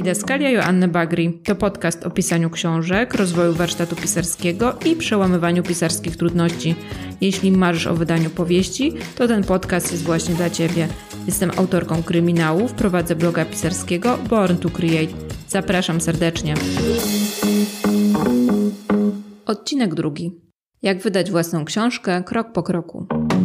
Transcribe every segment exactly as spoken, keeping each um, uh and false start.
Didaskalia Joanny Bagri to podcast o pisaniu książek, rozwoju warsztatu pisarskiego i przełamywaniu pisarskich trudności. Jeśli marzysz o wydaniu powieści, to ten podcast jest właśnie dla Ciebie. Jestem autorką kryminałów, prowadzę bloga pisarskiego Born to Create. Zapraszam serdecznie. Odcinek drugi. Jak wydać własną książkę krok po kroku.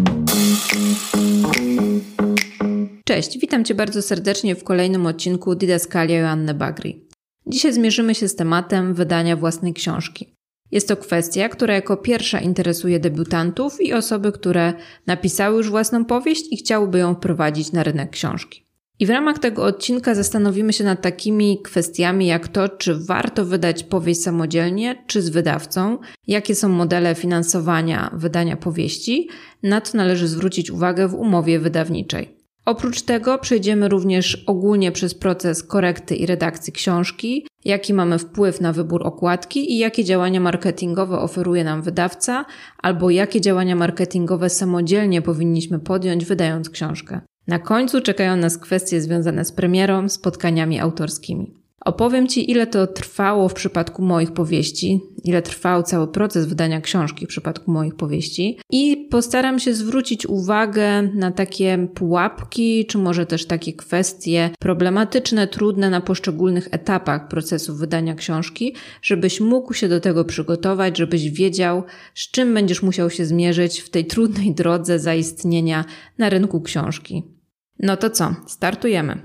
Cześć, witam Cię bardzo serdecznie w kolejnym odcinku Didaskalia Joanny Bagri. Dzisiaj zmierzymy się z tematem wydania własnej książki. Jest to kwestia, która jako pierwsza interesuje debiutantów i osoby, które napisały już własną powieść i chciałyby ją wprowadzić na rynek książki. I w ramach tego odcinka zastanowimy się nad takimi kwestiami jak to, czy warto wydać powieść samodzielnie, czy z wydawcą, jakie są modele finansowania wydania powieści, na co należy zwrócić uwagę w umowie wydawniczej. Oprócz tego przejdziemy również ogólnie przez proces korekty i redakcji książki, jaki mamy wpływ na wybór okładki i jakie działania marketingowe oferuje nam wydawca, albo jakie działania marketingowe samodzielnie powinniśmy podjąć, wydając książkę. Na końcu czekają nas kwestie związane z premierą, spotkaniami autorskimi. Opowiem Ci, ile to trwało w przypadku moich powieści, ile trwał cały proces wydania książki w przypadku moich powieści i postaram się zwrócić uwagę na takie pułapki, czy może też takie kwestie problematyczne, trudne na poszczególnych etapach procesu wydania książki, żebyś mógł się do tego przygotować, żebyś wiedział, z czym będziesz musiał się zmierzyć w tej trudnej drodze zaistnienia na rynku książki. No to co? Startujemy!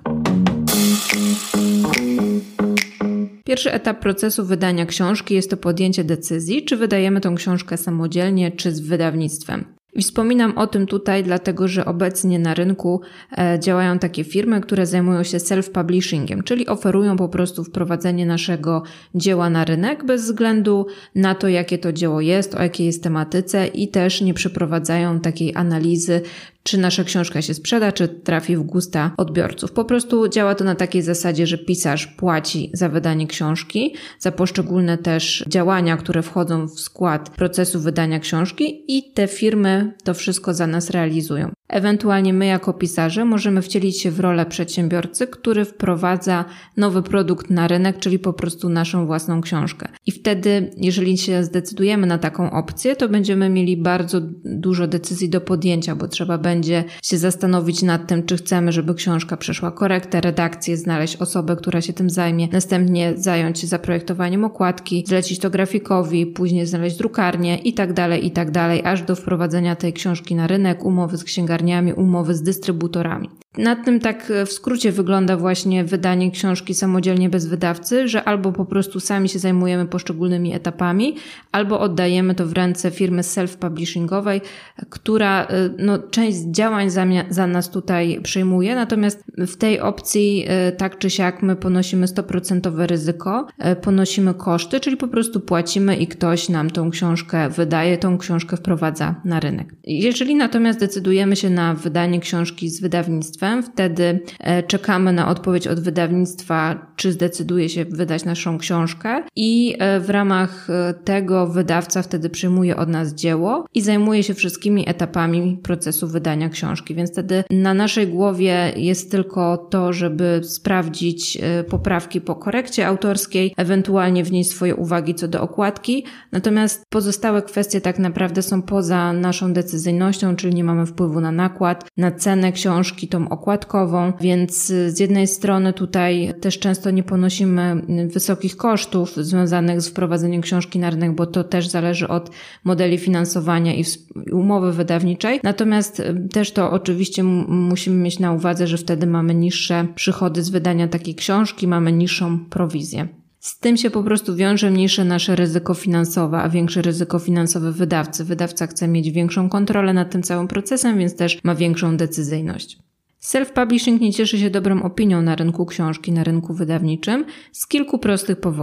Pierwszy etap procesu wydania książki jest to podjęcie decyzji, czy wydajemy tą książkę samodzielnie, czy z wydawnictwem. I wspominam o tym tutaj, dlatego że obecnie na rynku e, działają takie firmy, które zajmują się self-publishingiem, czyli oferują po prostu wprowadzenie naszego dzieła na rynek bez względu na to, jakie to dzieło jest, o jakiej jest tematyce i też nie przeprowadzają takiej analizy, czy nasza książka się sprzeda, czy trafi w gusta odbiorców. Po prostu działa to na takiej zasadzie, że pisarz płaci za wydanie książki, za poszczególne też działania, które wchodzą w skład procesu wydania książki i te firmy to wszystko za nas realizują. Ewentualnie my jako pisarze możemy wcielić się w rolę przedsiębiorcy, który wprowadza nowy produkt na rynek, czyli po prostu naszą własną książkę. I wtedy, jeżeli się zdecydujemy na taką opcję, to będziemy mieli bardzo dużo decyzji do podjęcia, bo trzeba będzie się zastanowić nad tym, czy chcemy, żeby książka przeszła korektę, redakcję, znaleźć osobę, która się tym zajmie, następnie zająć się zaprojektowaniem okładki, zlecić to grafikowi, później znaleźć drukarnię i tak dalej, i tak dalej, aż do wprowadzenia tej książki na rynek, umowy z księgarniami, umowy z dystrybutorami. Na tym tak w skrócie wygląda właśnie wydanie książki samodzielnie bez wydawcy, że albo po prostu sami się zajmujemy poszczególnymi etapami, albo oddajemy to w ręce firmy self-publishingowej, która no, część działań za, za nas tutaj przejmuje, natomiast w tej opcji tak czy siak my ponosimy sto procent ryzyko, ponosimy koszty, czyli po prostu płacimy i ktoś nam tą książkę wydaje, tą książkę wprowadza na rynek. Jeżeli natomiast decydujemy się na wydanie książki z wydawnictwem, wtedy czekamy na odpowiedź od wydawnictwa, czy zdecyduje się wydać naszą książkę i w ramach tego wydawca wtedy przyjmuje od nas dzieło i zajmuje się wszystkimi etapami procesu wydania książki. Więc wtedy na naszej głowie jest tylko to, żeby sprawdzić poprawki po korekcie autorskiej, ewentualnie wnieść swoje uwagi co do okładki, natomiast pozostałe kwestie tak naprawdę są poza naszą decyzyjnością, czyli nie mamy wpływu na nakład, na cenę książki, tą okładkową, więc z jednej strony tutaj też często nie ponosimy wysokich kosztów związanych z wprowadzeniem książki na rynek, bo to też zależy od modeli finansowania i umowy wydawniczej, natomiast też to oczywiście musimy mieć na uwadze, że wtedy mamy niższe przychody z wydania takiej książki, mamy niższą prowizję. Z tym się po prostu wiąże mniejsze nasze ryzyko finansowe, a większe ryzyko finansowe wydawcy. Wydawca chce mieć większą kontrolę nad tym całym procesem, więc też ma większą decyzyjność. Self-publishing nie cieszy się dobrą opinią na rynku książki, na rynku wydawniczym z kilku prostych powodów.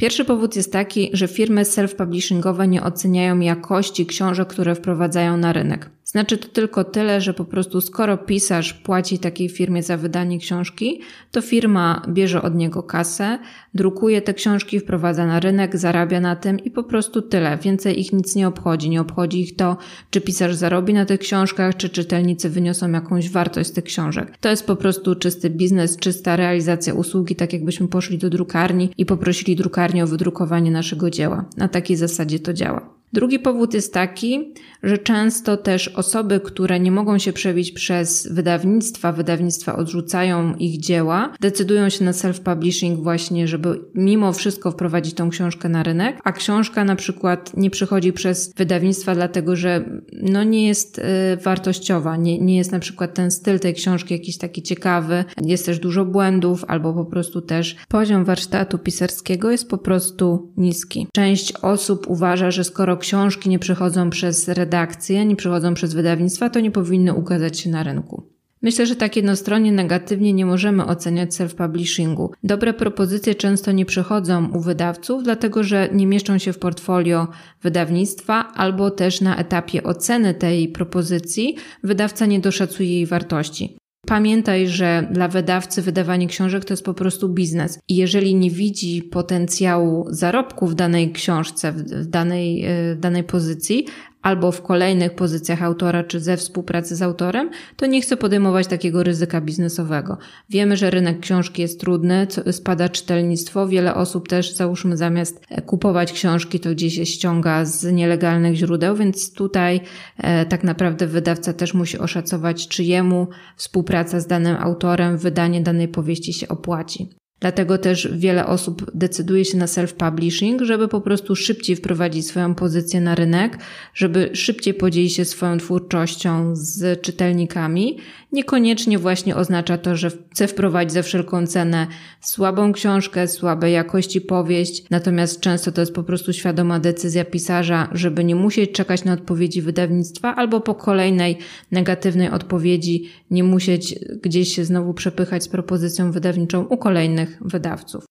Pierwszy powód jest taki, że firmy self-publishingowe nie oceniają jakości książek, które wprowadzają na rynek. Znaczy to tylko tyle, że po prostu skoro pisarz płaci takiej firmie za wydanie książki, to firma bierze od niego kasę, drukuje te książki, wprowadza na rynek, zarabia na tym i po prostu tyle. Więcej ich nic nie obchodzi. Nie obchodzi ich to, czy pisarz zarobi na tych książkach, czy czytelnicy wyniosą jakąś wartość z tych książek. To jest po prostu czysty biznes, czysta realizacja usługi, tak jakbyśmy poszli do drukarni i poprosili drukarnię o wydrukowanie naszego dzieła. Na takiej zasadzie to działa. Drugi powód jest taki, że często też osoby, które nie mogą się przebić przez wydawnictwa, wydawnictwa odrzucają ich dzieła, decydują się na self-publishing właśnie, żeby mimo wszystko wprowadzić tą książkę na rynek, a książka na przykład nie przychodzi przez wydawnictwa dlatego, że no nie jest y, wartościowa, nie, nie jest na przykład ten styl tej książki jakiś taki ciekawy, jest też dużo błędów albo po prostu też poziom warsztatu pisarskiego jest po prostu niski. Część osób uważa, że skoro książki nie przechodzą przez redakcję, nie przechodzą przez wydawnictwa, to nie powinny ukazać się na rynku. Myślę, że tak jednostronnie negatywnie nie możemy oceniać self-publishingu. Dobre propozycje często nie przechodzą u wydawców, dlatego że nie mieszczą się w portfolio wydawnictwa albo też na etapie oceny tej propozycji wydawca nie doszacuje jej wartości. Pamiętaj, że dla wydawcy wydawanie książek to jest po prostu biznes i jeżeli nie widzi potencjału zarobku w danej książce, w danej, w danej pozycji albo w kolejnych pozycjach autora czy ze współpracy z autorem, to nie chce podejmować takiego ryzyka biznesowego. Wiemy, że rynek książki jest trudny, spada czytelnictwo, wiele osób też załóżmy zamiast kupować książki to gdzieś się ściąga z nielegalnych źródeł, więc tutaj e, tak naprawdę wydawca też musi oszacować, czy jemu współpraca z danym autorem, wydanie danej powieści się opłaci. Dlatego też wiele osób decyduje się na self-publishing, żeby po prostu szybciej wprowadzić swoją pozycję na rynek, żeby szybciej podzielić się swoją twórczością z czytelnikami. Niekoniecznie właśnie oznacza to, że chce wprowadzić za wszelką cenę słabą książkę, słabej jakości powieść, natomiast często to jest po prostu świadoma decyzja pisarza, żeby nie musieć czekać na odpowiedzi wydawnictwa albo po kolejnej negatywnej odpowiedzi nie musieć gdzieś się znowu przepychać z propozycją wydawniczą u kolejnych wydawców.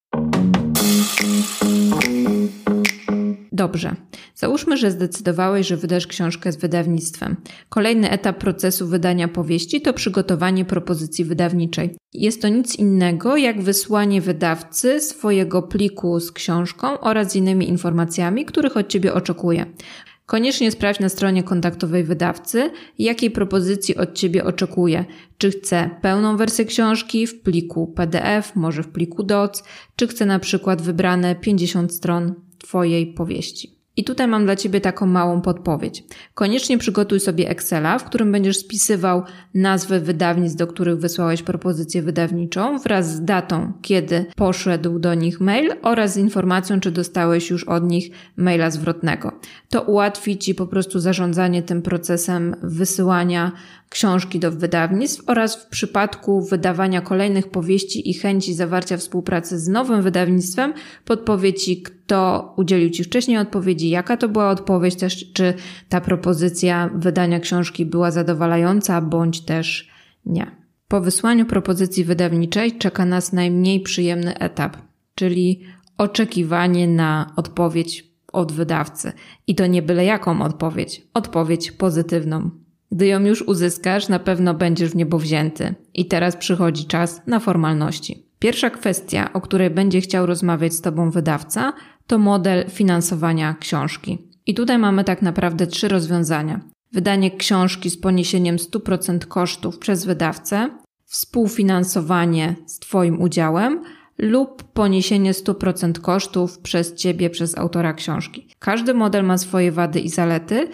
Dobrze. Załóżmy, że zdecydowałeś, że wydasz książkę z wydawnictwem. Kolejny etap procesu wydania powieści to przygotowanie propozycji wydawniczej. Jest to nic innego jak wysłanie wydawcy swojego pliku z książką oraz innymi informacjami, których od Ciebie oczekuje. Koniecznie sprawdź na stronie kontaktowej wydawcy, jakiej propozycji od Ciebie oczekuje. Czy chce pełną wersję książki w pliku P D F, może w pliku D O C, czy chce na przykład wybrane pięćdziesiąt stron Twojej powieści. I tutaj mam dla Ciebie taką małą podpowiedź. Koniecznie przygotuj sobie Excela, w którym będziesz spisywał nazwy wydawnictw, do których wysłałeś propozycję wydawniczą wraz z datą, kiedy poszedł do nich mail oraz z informacją, czy dostałeś już od nich maila zwrotnego. To ułatwi Ci po prostu zarządzanie tym procesem wysyłania książki do wydawnictw oraz w przypadku wydawania kolejnych powieści i chęci zawarcia współpracy z nowym wydawnictwem podpowie Ci, kto udzielił Ci wcześniej odpowiedzi, jaka to była odpowiedź, też czy ta propozycja wydania książki była zadowalająca, bądź też nie. Po wysłaniu propozycji wydawniczej czeka nas najmniej przyjemny etap, czyli oczekiwanie na odpowiedź od wydawcy. I to nie byle jaką odpowiedź, odpowiedź pozytywną. Gdy ją już uzyskasz, na pewno będziesz w niebo wzięty. I teraz przychodzi czas na formalności. Pierwsza kwestia, o której będzie chciał rozmawiać z Tobą wydawca, to model finansowania książki. I tutaj mamy tak naprawdę trzy rozwiązania. Wydanie książki z poniesieniem sto procent kosztów przez wydawcę, współfinansowanie z Twoim udziałem lub poniesienie sto procent kosztów przez Ciebie, przez autora książki. Każdy model ma swoje wady i zalety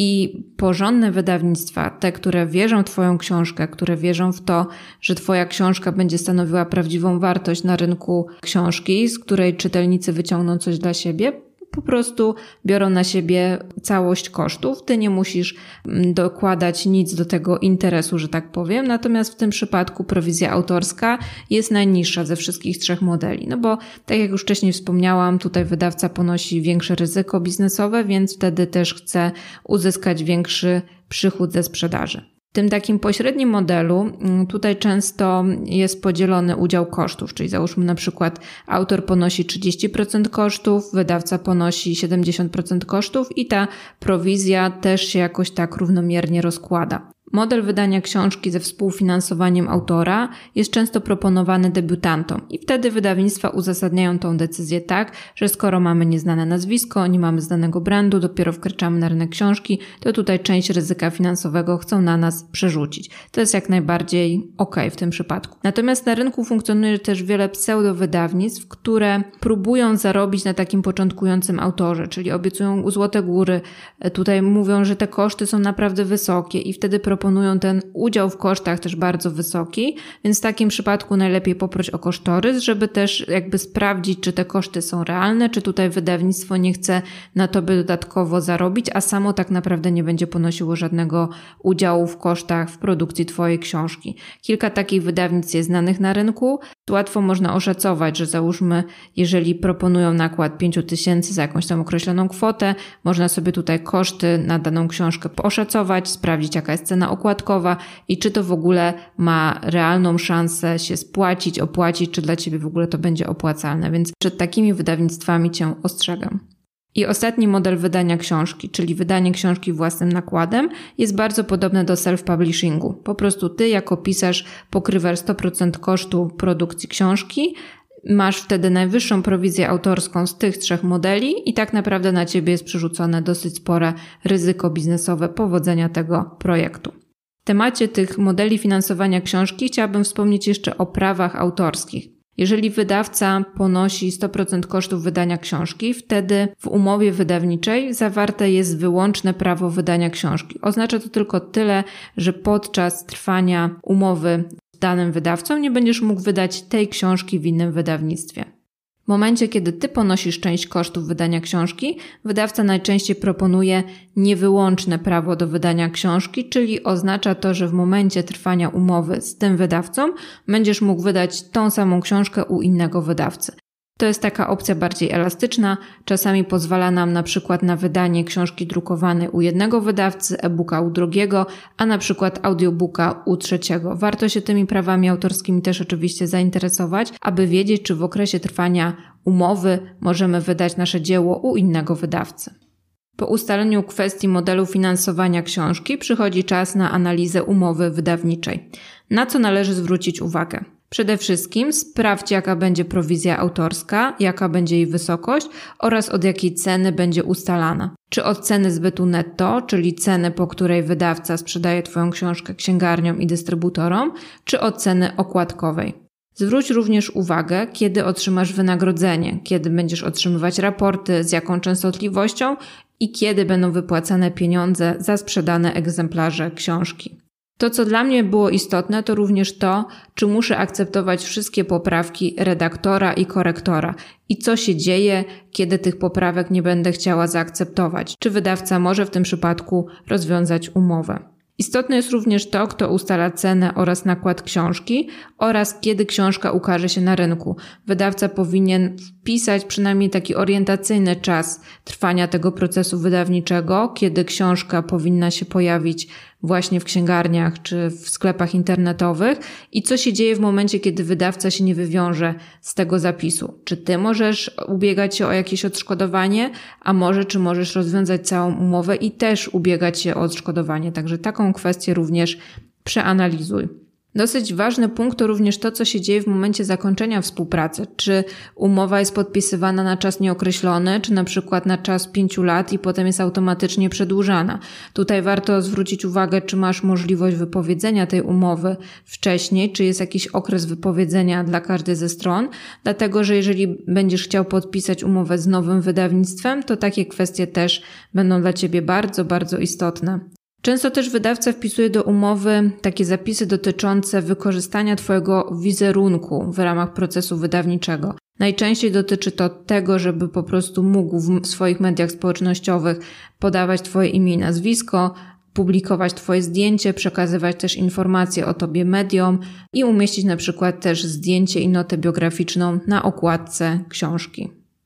i porządne wydawnictwa, te, które wierzą w Twoją książkę, które wierzą w to, że Twoja książka będzie stanowiła prawdziwą wartość na rynku książki, z której czytelnicy wyciągną coś dla siebie, po prostu biorą na siebie całość kosztów. Ty nie musisz dokładać nic do tego interesu, że tak powiem. Natomiast w tym przypadku prowizja autorska jest najniższa ze wszystkich trzech modeli. No bo tak jak już wcześniej wspomniałam, tutaj wydawca ponosi większe ryzyko biznesowe, więc wtedy też chce uzyskać większy przychód ze sprzedaży. W tym takim pośrednim modelu tutaj często jest podzielony udział kosztów, czyli załóżmy na przykład autor ponosi trzydzieści procent kosztów, wydawca ponosi siedemdziesiąt procent kosztów i ta prowizja też się jakoś tak równomiernie rozkłada. Model wydania książki ze współfinansowaniem autora jest często proponowany debiutantom i wtedy wydawnictwa uzasadniają tą decyzję tak, że skoro mamy nieznane nazwisko, nie mamy znanego brandu, dopiero wkraczamy na rynek książki, to tutaj część ryzyka finansowego chcą na nas przerzucić. To jest jak najbardziej okej w tym przypadku. Natomiast na rynku funkcjonuje też wiele pseudowydawnictw, które próbują zarobić na takim początkującym autorze, czyli obiecują złote góry, tutaj mówią, że te koszty są naprawdę wysokie i wtedy proponują proponują ten udział w kosztach też bardzo wysoki, więc w takim przypadku najlepiej poprosić o kosztorys, żeby też jakby sprawdzić, czy te koszty są realne, czy tutaj wydawnictwo nie chce na tobie dodatkowo zarobić, a samo tak naprawdę nie będzie ponosiło żadnego udziału w kosztach w produkcji twojej książki. Kilka takich wydawnictw jest znanych na rynku. Łatwo można oszacować, że załóżmy, jeżeli proponują nakład pięć tysięcy za jakąś tam określoną kwotę, można sobie tutaj koszty na daną książkę oszacować, sprawdzić jaka jest cena okładkowa i czy to w ogóle ma realną szansę się spłacić, opłacić, czy dla ciebie w ogóle to będzie opłacalne, więc przed takimi wydawnictwami cię ostrzegam. I ostatni model wydania książki, czyli wydanie książki własnym nakładem, jest bardzo podobne do self-publishingu. Po prostu ty jako pisarz pokrywasz sto procent kosztu produkcji książki, masz wtedy najwyższą prowizję autorską z tych trzech modeli i tak naprawdę na ciebie jest przerzucone dosyć spore ryzyko biznesowe powodzenia tego projektu. W temacie tych modeli finansowania książki chciałabym wspomnieć jeszcze o prawach autorskich. Jeżeli wydawca ponosi sto procent kosztów wydania książki, wtedy w umowie wydawniczej zawarte jest wyłączne prawo wydania książki. Oznacza to tylko tyle, że podczas trwania umowy z danym wydawcą nie będziesz mógł wydać tej książki w innym wydawnictwie. W momencie, kiedy ty ponosisz część kosztów wydania książki, wydawca najczęściej proponuje niewyłączne prawo do wydania książki, czyli oznacza to, że w momencie trwania umowy z tym wydawcą będziesz mógł wydać tą samą książkę u innego wydawcy. To jest taka opcja bardziej elastyczna, czasami pozwala nam na przykład na wydanie książki drukowanej u jednego wydawcy, e-booka u drugiego, a na przykład audiobooka u trzeciego. Warto się tymi prawami autorskimi też oczywiście zainteresować, aby wiedzieć, czy w okresie trwania umowy możemy wydać nasze dzieło u innego wydawcy. Po ustaleniu kwestii modelu finansowania książki przychodzi czas na analizę umowy wydawniczej. Na co należy zwrócić uwagę? Przede wszystkim sprawdź, jaka będzie prowizja autorska, jaka będzie jej wysokość oraz od jakiej ceny będzie ustalana. Czy od ceny zbytu netto, czyli ceny, po której wydawca sprzedaje twoją książkę księgarniom i dystrybutorom, czy od ceny okładkowej. Zwróć również uwagę, kiedy otrzymasz wynagrodzenie, kiedy będziesz otrzymywać raporty, z jaką częstotliwością i kiedy będą wypłacane pieniądze za sprzedane egzemplarze książki. To, co dla mnie było istotne, to również to, czy muszę akceptować wszystkie poprawki redaktora i korektora i co się dzieje, kiedy tych poprawek nie będę chciała zaakceptować. Czy wydawca może w tym przypadku rozwiązać umowę. Istotne jest również to, kto ustala cenę oraz nakład książki oraz kiedy książka ukaże się na rynku. Wydawca powinien wpisać przynajmniej taki orientacyjny czas trwania tego procesu wydawniczego, kiedy książka powinna się pojawić właśnie w księgarniach czy w sklepach internetowych i co się dzieje w momencie, kiedy wydawca się nie wywiąże z tego zapisu. Czy ty możesz ubiegać się o jakieś odszkodowanie, a może czy możesz rozwiązać całą umowę i też ubiegać się o odszkodowanie. Także taką kwestię również przeanalizuj. Dosyć ważny punkt to również to, co się dzieje w momencie zakończenia współpracy. Czy umowa jest podpisywana na czas nieokreślony, czy na przykład na czas pięciu lat i potem jest automatycznie przedłużana. Tutaj warto zwrócić uwagę, czy masz możliwość wypowiedzenia tej umowy wcześniej, czy jest jakiś okres wypowiedzenia dla każdej ze stron, dlatego że jeżeli będziesz chciał podpisać umowę z nowym wydawnictwem, to takie kwestie też będą dla ciebie bardzo, bardzo istotne. Często też wydawca wpisuje do umowy takie zapisy dotyczące wykorzystania twojego wizerunku w ramach procesu wydawniczego. Najczęściej dotyczy to tego, żeby po prostu mógł w swoich mediach społecznościowych podawać twoje imię i nazwisko, publikować twoje zdjęcie, przekazywać też informacje o tobie mediom i umieścić na przykład też zdjęcie i notę biograficzną na okładce książki.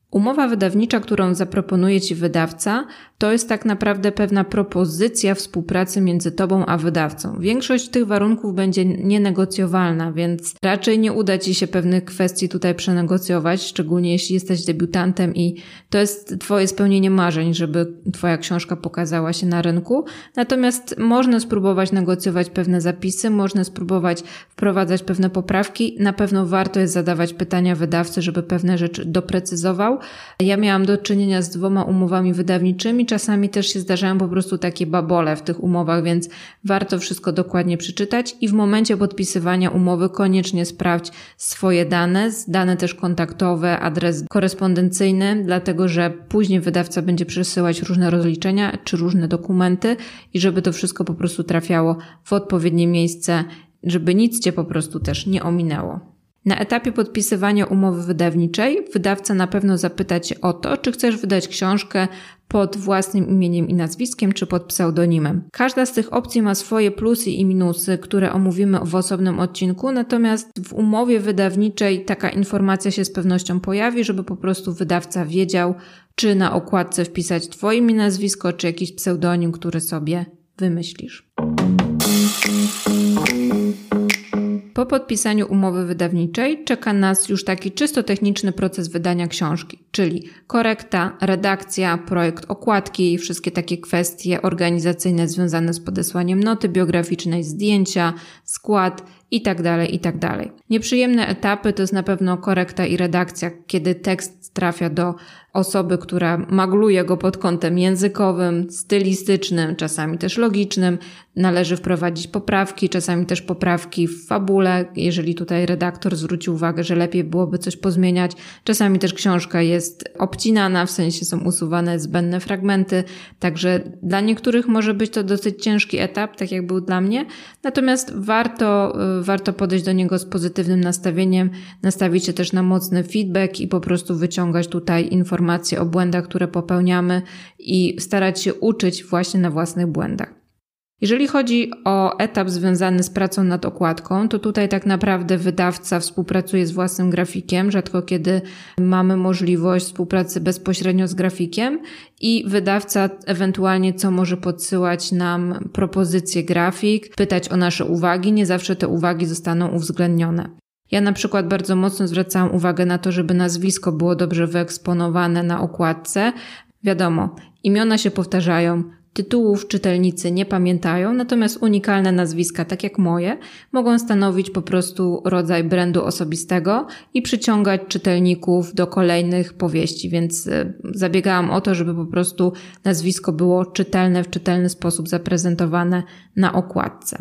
Umowa wydawnicza, którą zaproponuje Ci wydawca, to jest tak naprawdę pewna propozycja współpracy między Tobą a wydawcą. Większość tych warunków będzie nienegocjowalna, więc raczej nie uda Ci się pewnych kwestii tutaj przenegocjować, szczególnie jeśli jesteś debiutantem i to jest Twoje spełnienie marzeń, żeby Twoja książka pokazała się na rynku. Natomiast można spróbować negocjować pewne zapisy, można spróbować wprowadzać pewne poprawki. Na pewno warto jest zadawać pytania wydawcy, żeby pewne rzeczy doprecyzował. Ja miałam do czynienia z dwoma umowami wydawniczymi, czasami też się zdarzają po prostu takie babole w tych umowach, więc warto wszystko dokładnie przeczytać i w momencie podpisywania umowy koniecznie sprawdź swoje dane, dane też kontaktowe, adres korespondencyjny, dlatego że później wydawca będzie przesyłać różne rozliczenia czy różne dokumenty i żeby to wszystko po prostu trafiało w odpowiednie miejsce, żeby nic Cię po prostu też nie ominęło. Na etapie podpisywania umowy wydawniczej wydawca na pewno zapyta Cię o to, czy chcesz wydać książkę pod własnym imieniem i nazwiskiem, czy pod pseudonimem. Każda z tych opcji ma swoje plusy i minusy, które omówimy w osobnym odcinku, natomiast w umowie wydawniczej taka informacja się z pewnością pojawi, żeby po prostu wydawca wiedział, czy na okładce wpisać Twoje imię, nazwisko, czy jakiś pseudonim, który sobie wymyślisz. Po podpisaniu umowy wydawniczej czeka nas już taki czysto techniczny proces wydania książki, czyli korekta, redakcja, projekt okładki, wszystkie takie kwestie organizacyjne związane z podesłaniem noty biograficznej, zdjęcia, skład itd., itd. Nieprzyjemne etapy to jest na pewno korekta i redakcja, kiedy tekst trafia do osoby, która magluje go pod kątem językowym, stylistycznym, czasami też logicznym. Należy wprowadzić poprawki, czasami też poprawki w fabule, jeżeli tutaj redaktor zwróci uwagę, że lepiej byłoby coś pozmieniać. Czasami też książka jest obcinana, w sensie są usuwane zbędne fragmenty, także dla niektórych może być to dosyć ciężki etap, tak jak był dla mnie. Natomiast warto, warto podejść do niego z pozytywnym nastawieniem, nastawić się też na mocny feedback i po prostu wyciągać tutaj informacje o błędach, które popełniamy i starać się uczyć właśnie na własnych błędach. Jeżeli chodzi o etap związany z pracą nad okładką, to tutaj tak naprawdę wydawca współpracuje z własnym grafikiem, rzadko kiedy mamy możliwość współpracy bezpośrednio z grafikiem i wydawca ewentualnie co może podsyłać nam propozycje grafik, pytać o nasze uwagi, nie zawsze te uwagi zostaną uwzględnione. Ja na przykład bardzo mocno zwracałam uwagę na to, żeby nazwisko było dobrze wyeksponowane na okładce. Wiadomo, imiona się powtarzają, tytułów czytelnicy nie pamiętają, natomiast unikalne nazwiska, tak jak moje, mogą stanowić po prostu rodzaj brandu osobistego i przyciągać czytelników do kolejnych powieści, więc zabiegałam o to, żeby po prostu nazwisko było czytelne, w czytelny sposób zaprezentowane na okładce.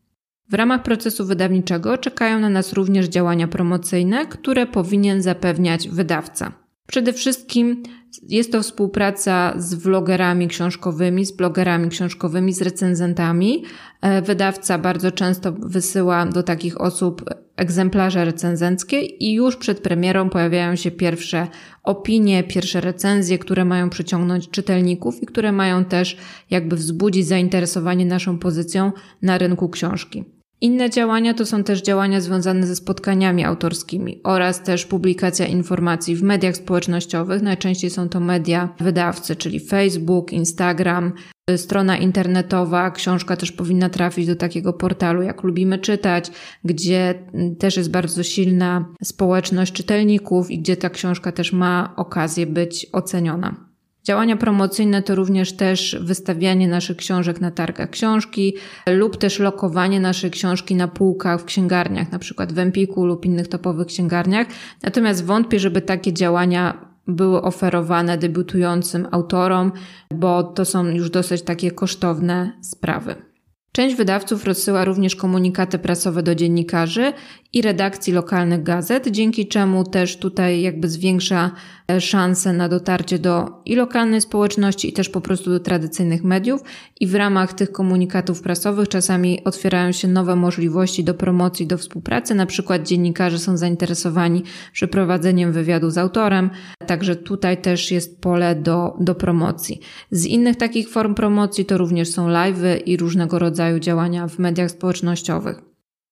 W ramach procesu wydawniczego czekają na nas również działania promocyjne, które powinien zapewniać wydawca. Przede wszystkim jest to współpraca z vlogerami książkowymi, z blogerami książkowymi, z recenzentami. Wydawca bardzo często wysyła do takich osób egzemplarze recenzenckie i już przed premierą pojawiają się pierwsze opinie, pierwsze recenzje, które mają przyciągnąć czytelników i które mają też jakby wzbudzić zainteresowanie naszą pozycją na rynku książki. Inne działania to są też działania związane ze spotkaniami autorskimi oraz też publikacja informacji w mediach społecznościowych. Najczęściej są to media wydawcy, czyli Facebook, Instagram, strona internetowa. Książka też powinna trafić do takiego portalu jak Lubimy Czytać, gdzie też jest bardzo silna społeczność czytelników i gdzie ta książka też ma okazję być oceniona. Działania promocyjne to również też wystawianie naszych książek na targach książki lub też lokowanie naszej książki na półkach w księgarniach, na przykład w Empiku lub innych topowych księgarniach. Natomiast wątpię, żeby takie działania były oferowane debiutującym autorom, bo to są już dosyć takie kosztowne sprawy. Część wydawców rozsyła również komunikaty prasowe do dziennikarzy i redakcji lokalnych gazet, dzięki czemu też tutaj jakby zwiększa szanse na dotarcie do i lokalnej społeczności i też po prostu do tradycyjnych mediów i w ramach tych komunikatów prasowych czasami otwierają się nowe możliwości do promocji, do współpracy, na przykład dziennikarze są zainteresowani przeprowadzeniem wywiadu z autorem, także tutaj też jest pole do, do promocji. Z innych takich form promocji to również są live'y i różnego rodzaju działania w mediach społecznościowych.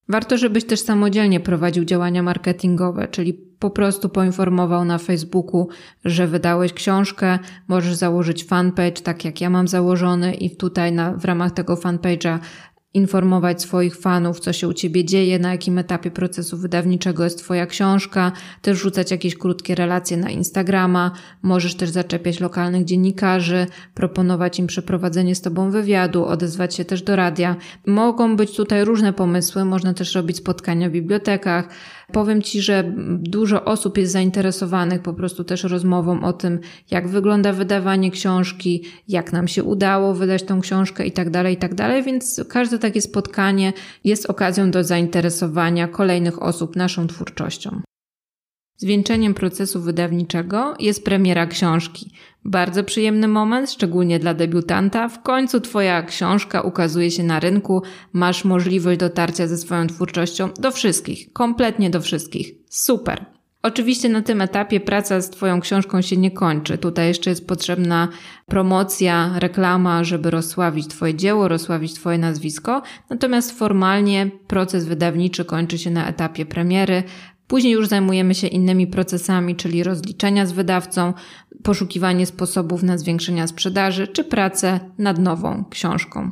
Warto, żebyś też samodzielnie prowadził działania marketingowe, czyli po prostu poinformował na Facebooku, że wydałeś książkę, możesz założyć fanpage, tak jak ja mam założony i tutaj na, w ramach tego fanpage'a informować swoich fanów, co się u Ciebie dzieje, na jakim etapie procesu wydawniczego jest Twoja książka, też rzucać jakieś krótkie relacje na Instagrama, możesz też zaczepiać lokalnych dziennikarzy, proponować im przeprowadzenie z Tobą wywiadu, odezwać się też do radia. Mogą być tutaj różne pomysły, można też robić spotkania w bibliotekach. Powiem Ci, że dużo osób jest zainteresowanych po prostu też rozmową o tym, jak wygląda wydawanie książki, jak nam się udało wydać tą książkę i tak dalej, i tak dalej, więc każde takie spotkanie jest okazją do zainteresowania kolejnych osób naszą twórczością. Zwieńczeniem procesu wydawniczego jest premiera książki. Bardzo przyjemny moment, szczególnie dla debiutanta. W końcu Twoja książka ukazuje się na rynku, masz możliwość dotarcia ze swoją twórczością do wszystkich, kompletnie do wszystkich. Super! Oczywiście na tym etapie praca z Twoją książką się nie kończy. Tutaj jeszcze jest potrzebna promocja, reklama, żeby rozsławić Twoje dzieło, rozsławić Twoje nazwisko. Natomiast formalnie proces wydawniczy kończy się na etapie premiery. Później już zajmujemy się innymi procesami, czyli rozliczenia z wydawcą, poszukiwanie sposobów na zwiększenie sprzedaży czy pracę nad nową książką.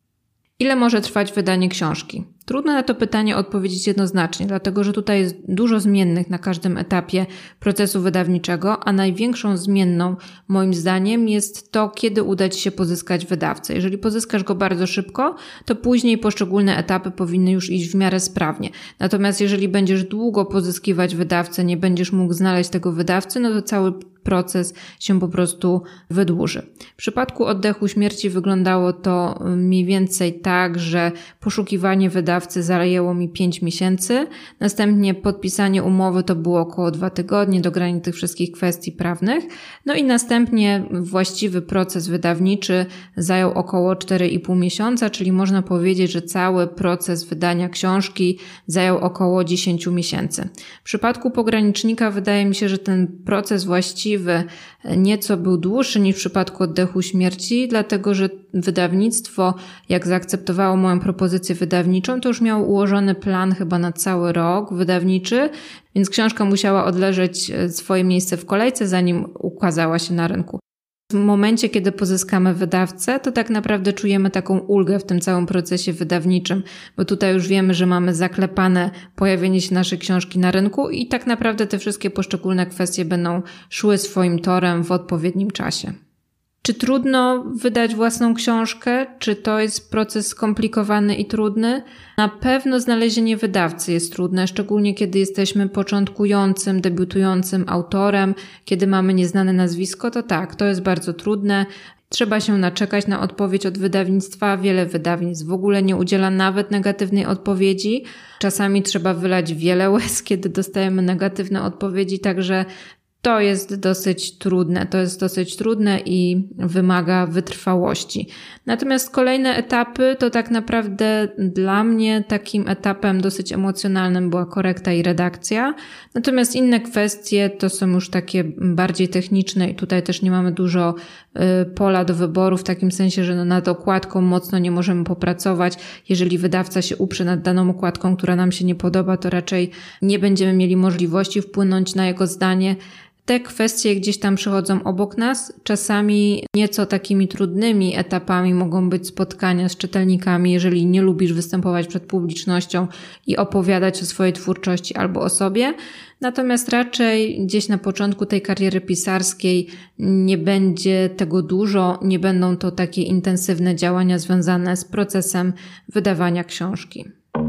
Ile może trwać wydanie książki? Trudno na to pytanie odpowiedzieć jednoznacznie, dlatego że tutaj jest dużo zmiennych na każdym etapie procesu wydawniczego, a największą zmienną moim zdaniem jest to, kiedy uda Ci się pozyskać wydawcę. Jeżeli pozyskasz go bardzo szybko, to później poszczególne etapy powinny już iść w miarę sprawnie. Natomiast jeżeli będziesz długo pozyskiwać wydawcę, nie będziesz mógł znaleźć tego wydawcy, no to cały proces się po prostu wydłuży. W przypadku Oddechu Śmierci wyglądało to mniej więcej tak, że poszukiwanie wydawcy zajęło mi pięć miesięcy, następnie podpisanie umowy to było około dwa tygodnie, dogranie tych wszystkich kwestii prawnych, no i następnie właściwy proces wydawniczy zajął około cztery i pół miesiąca, czyli można powiedzieć, że cały proces wydania książki zajął około dziesięć miesięcy. W przypadku Pogranicznika wydaje mi się, że ten proces właściwy nieco był dłuższy niż w przypadku Oddechu Śmierci, dlatego że wydawnictwo, jak zaakceptowało moją propozycję wydawniczą, to już miało ułożony plan chyba na cały rok wydawniczy, więc książka musiała odleżeć swoje miejsce w kolejce, zanim ukazała się na rynku. W momencie, kiedy pozyskamy wydawcę, to tak naprawdę czujemy taką ulgę w tym całym procesie wydawniczym, bo tutaj już wiemy, że mamy zaklepane pojawienie się naszej książki na rynku i tak naprawdę te wszystkie poszczególne kwestie będą szły swoim torem w odpowiednim czasie. Czy trudno wydać własną książkę? Czy to jest proces skomplikowany i trudny? Na pewno znalezienie wydawcy jest trudne, szczególnie kiedy jesteśmy początkującym, debiutującym autorem, kiedy mamy nieznane nazwisko, to tak, to jest bardzo trudne. Trzeba się naczekać na odpowiedź od wydawnictwa. Wiele wydawnictw w ogóle nie udziela nawet negatywnej odpowiedzi. Czasami trzeba wylać wiele łez, kiedy dostajemy negatywne odpowiedzi, także to jest dosyć trudne, to jest dosyć trudne i wymaga wytrwałości. Natomiast kolejne etapy to tak naprawdę dla mnie takim etapem dosyć emocjonalnym była korekta i redakcja. Natomiast inne kwestie to są już takie bardziej techniczne i tutaj też nie mamy dużo y, pola do wyboru w takim sensie, że nad okładką mocno nie możemy popracować. Jeżeli wydawca się uprze nad daną okładką, która nam się nie podoba, to raczej nie będziemy mieli możliwości wpłynąć na jego zdanie. Te kwestie gdzieś tam przechodzą obok nas. Czasami nieco takimi trudnymi etapami mogą być spotkania z czytelnikami, jeżeli nie lubisz występować przed publicznością i opowiadać o swojej twórczości albo o sobie. Natomiast raczej gdzieś na początku tej kariery pisarskiej nie będzie tego dużo, nie będą to takie intensywne działania związane z procesem wydawania książki.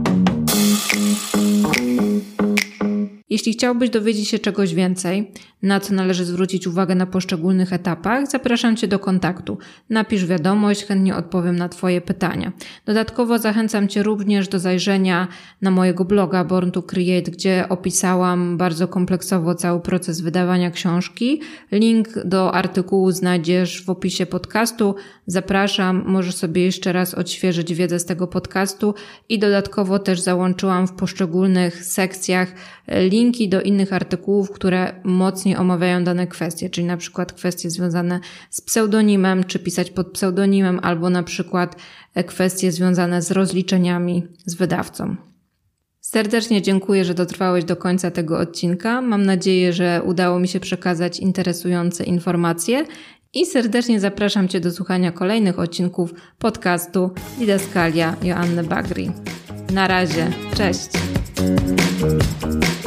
Jeśli chciałbyś dowiedzieć się czegoś więcej, na co należy zwrócić uwagę na poszczególnych etapach, zapraszam Cię do kontaktu. Napisz wiadomość, chętnie odpowiem na Twoje pytania. Dodatkowo zachęcam Cię również do zajrzenia na mojego bloga Born to Create, gdzie opisałam bardzo kompleksowo cały proces wydawania książki. Link do artykułu znajdziesz w opisie podcastu. Zapraszam, możesz sobie jeszcze raz odświeżyć wiedzę z tego podcastu i dodatkowo też załączyłam w poszczególnych sekcjach linki do innych artykułów, które mocniej omawiają dane kwestie, czyli na przykład kwestie związane z pseudonimem, czy pisać pod pseudonimem, albo na przykład kwestie związane z rozliczeniami z wydawcą. Serdecznie dziękuję, że dotrwałeś do końca tego odcinka. Mam nadzieję, że udało mi się przekazać interesujące informacje i serdecznie zapraszam Cię do słuchania kolejnych odcinków podcastu Didaskalia Joanny Bagri. Na razie, cześć!